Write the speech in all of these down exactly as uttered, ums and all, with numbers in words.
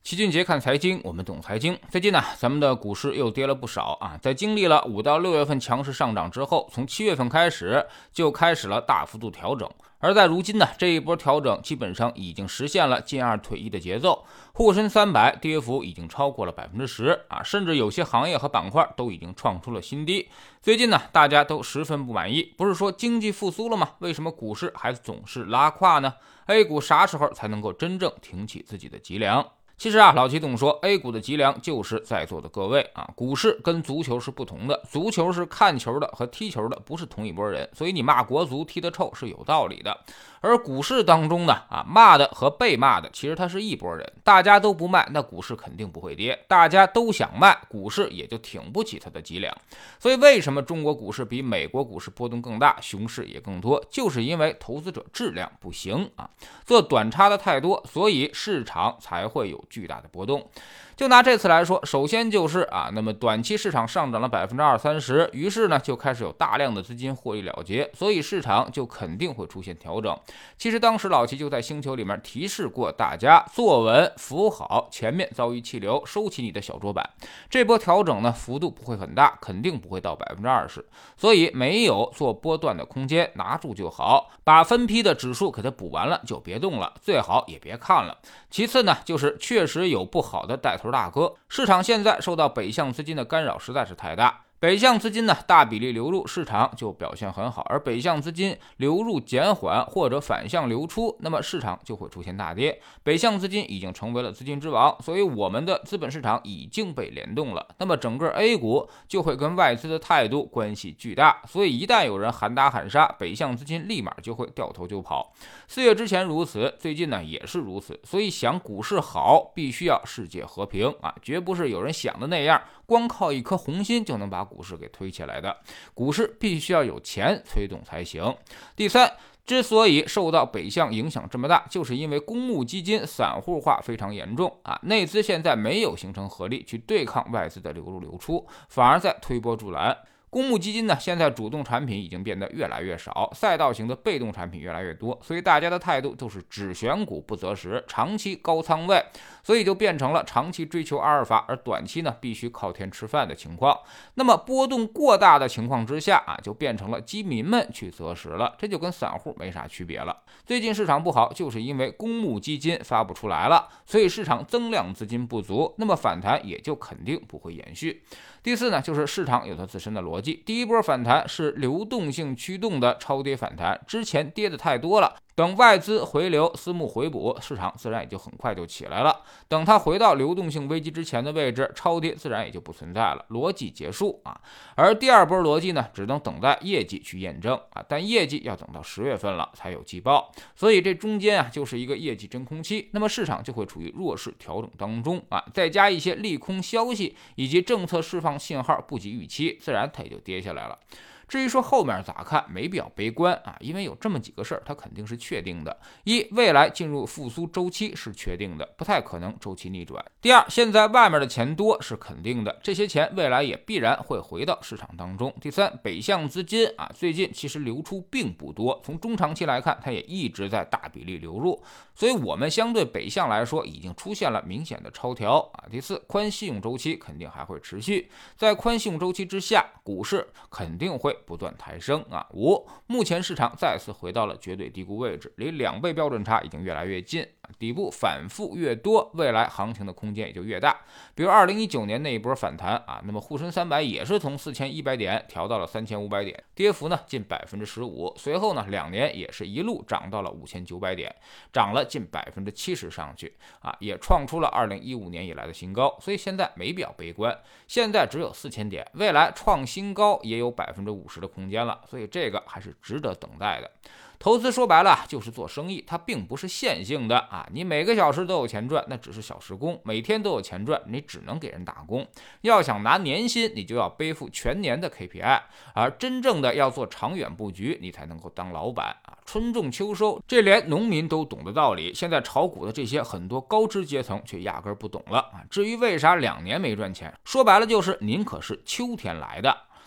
齐俊杰看财经，我们懂财经。最近呢，咱们的股市又跌了不少啊。在经历了五到六月份强势上涨之后，从七月份开始就开始了大幅度调整。而在如今呢，这一波调整基本上已经实现了进二退一的节奏。沪深三百跌幅已经超过了 百分之十 啊，甚至有些行业和板块都已经创出了新低。最近呢，大家都十分不满意，不是说经济复苏了吗？为什么股市还总是拉胯呢？ A 股啥时候才能够真正挺起自己的脊梁？其实啊，老齐总说 A 股的脊梁就是在座的各位啊。股市跟足球是不同的，足球是看球的和踢球的不是同一拨人，所以你骂国足踢得臭是有道理的。而股市当中呢，啊，骂的和被骂的其实它是一拨人，大家都不卖，那股市肯定不会跌；大家都想卖，股市也就挺不起它的脊梁。所以为什么中国股市比美国股市波动更大，熊市也更多，就是因为投资者质量不行啊，做短差的太多，所以市场才会有巨大的波动。就拿这次来说，首先就是啊，那么短期市场上涨了 百分之二三十， 于是呢就开始有大量的资金获利了结，所以市场就肯定会出现调整。其实当时老齐就在星球里面提示过大家，坐稳扶好，前面遭遇气流，收起你的小桌板。这波调整呢幅度不会很大，肯定不会到 百分之二十， 所以没有做波段的空间，拿住就好，把分批的指数给它补完了就别动了，最好也别看了。其次呢，就是确实有不好的带头大哥，市场现在受到北向资金的干扰实在是太大。北向资金呢大比例流入，市场就表现很好，而北向资金流入减缓或者反向流出，那么市场就会出现大跌。北向资金已经成为了资金之王，所以我们的资本市场已经被联动了，那么整个 A 股就会跟外资的态度关系巨大，所以一旦有人喊打喊杀，北向资金立马就会掉头就跑。四月之前如此，最近呢也是如此，所以想股市好，必须要世界和平啊，绝不是有人想的那样，光靠一颗红心就能把股市给推起来的，股市必须要有钱推动才行。第三，之所以受到北向影响这么大，就是因为公募基金散户化非常严重啊，内资现在没有形成合力去对抗外资的流入流出，反而在推波助澜。公募基金呢，现在主动产品已经变得越来越少，赛道型的被动产品越来越多，所以大家的态度都是只选股不择时，长期高仓位，所以就变成了长期追求阿尔法，而短期呢必须靠天吃饭的情况。那么波动过大的情况之下啊，就变成了基民们去择时了，这就跟散户没啥区别了。最近市场不好，就是因为公募基金发不出来了，所以市场增量资金不足，那么反弹也就肯定不会延续。第四呢，就是市场有它自身的逻辑，第一波反弹是流动性驱动的超跌反弹，之前跌的太多了，等外资回流，私募回补，市场自然也就很快就起来了。等它回到流动性危机之前的位置，超跌自然也就不存在了，逻辑结束啊。而第二波逻辑呢，只能等待业绩去验证啊，但业绩要等到十月份了才有季报，所以这中间啊就是一个业绩真空期，那么市场就会处于弱势调整当中啊，再加一些利空消息以及政策释放信号不及预期，自然它也就跌下来了。至于说后面咋看，没必要悲观啊，因为有这么几个事儿，它肯定是确定的。一，未来进入复苏周期是确定的，不太可能周期逆转。第二，现在外面的钱多是肯定的，这些钱未来也必然会回到市场当中。第三，北向资金啊，最近其实流出并不多，从中长期来看，它也一直在大比例流入，所以我们相对北向来说已经出现了明显的超调啊。第四，宽信用周期肯定还会持续，在宽信用周期之下，股市肯定会不断抬升啊。五，目前市场再次回到了绝对低估位置，离两倍标准差已经越来越近，底部反复越多，未来行情的空间也就越大。比如二零一九年那一波反弹啊，那么沪深三百也是从四千一百点调到了三千五百点，跌幅呢近 百分之十五， 随后呢两年也是一路涨到了五千九百点，涨了近 百分之七十 上去啊，也创出了二零一五年以来的新高。所以现在没必要悲观，现在只有四千点，未来创新高也有 百分之五十 的空间了，所以这个还是值得等待的。投资说白了就是做生意，它并不是线性的啊！你每个小时都有钱赚，那只是小时工；每天都有钱赚，你只能给人打工。要想拿年薪，你就要背负全年的 K P I， 而真正的要做长远布局，你才能够当老板啊！春种秋收，这连农民都懂的道理，现在炒股的这些很多高知阶层却压根不懂了啊！至于为啥两年没赚钱，说白了就是您可是秋天来的。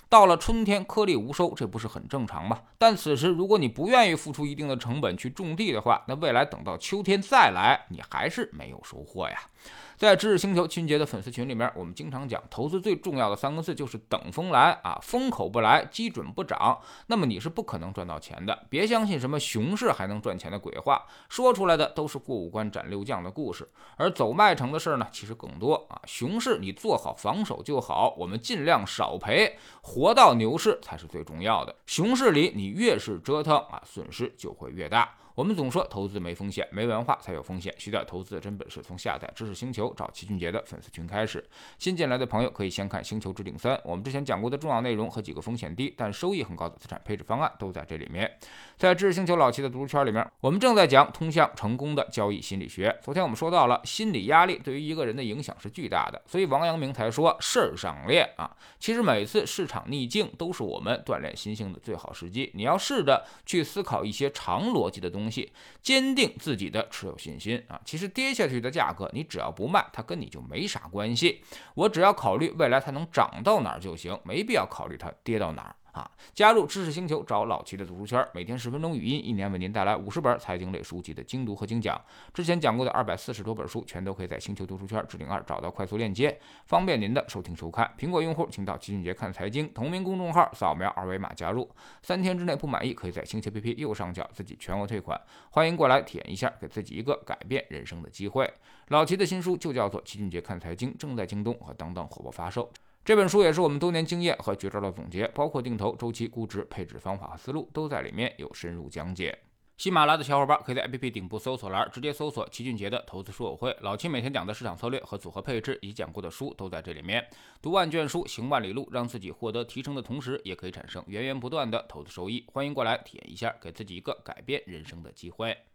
到了春天颗粒无收，这不是很正常吗？但此时如果你不愿意付出一定的成本去种地的话，那未来等到秋天再来，你还是没有收获呀。在知识星球清洁的粉丝群里面，我们经常讲，投资最重要的三个字就是等风来啊，风口不来，基准不涨，那么你是不可能赚到钱的。别相信什么熊市还能赚钱的鬼话，说出来的都是过五关斩六将的故事，而走麦城的事呢，其实更多啊。熊市你做好防守就好，我们尽量少赔，活到牛市才是最重要的。熊市里你越是折腾啊，损失就会越大。我们总说投资没风险，没文化才有风险。学点投资的真本事，从下载知识星球找齐俊杰的粉丝群开始。新进来的朋友可以先看《星球置顶三》，我们之前讲过的重要内容和几个风险低但收益很高的资产配置方案都在这里面。在知识星球老齐的读书圈里面，我们正在讲通向成功的交易心理学。昨天我们说到了心理压力对于一个人的影响是巨大的，所以王阳明才说事儿上练啊。其实每次市场逆境都是我们锻炼心性的最好时机。你要试着去思考一些长逻辑的东西，坚定自己的持有信心啊！其实跌下去的价格，你只要不卖，它跟你就没啥关系。我只要考虑未来它能涨到哪儿就行，没必要考虑它跌到哪儿啊！加入知识星球，找老齐的读书圈，每天十分钟语音，一年为您带来五十本财经类书籍的精读和精讲。之前讲过的二百四十多本书，全都可以在星球读书圈置顶二找到快速链接，方便您的收听收看。苹果用户请到齐俊杰看财经同名公众号，扫描二维码加入。三天之内不满意，可以在星球 A P P 右上角自己全额退款。欢迎过来体验一下，给自己一个改变人生的机会。老齐的新书就叫做《齐俊杰看财经》，正在京东和当当火爆发售。这本书也是我们多年经验和绝招的总结，包括定投、周期、估值、配置方法和思路都在里面有深入讲解。喜马拉雅的小伙伴可以在 A P P 顶部搜索栏直接搜索齐俊杰的投资书友会，老齐每天讲的市场策略和组合配置以及讲过的书都在这里面。读万卷书，行万里路，让自己获得提升的同时，也可以产生源源不断的投资收益。欢迎过来体验一下，给自己一个改变人生的机会。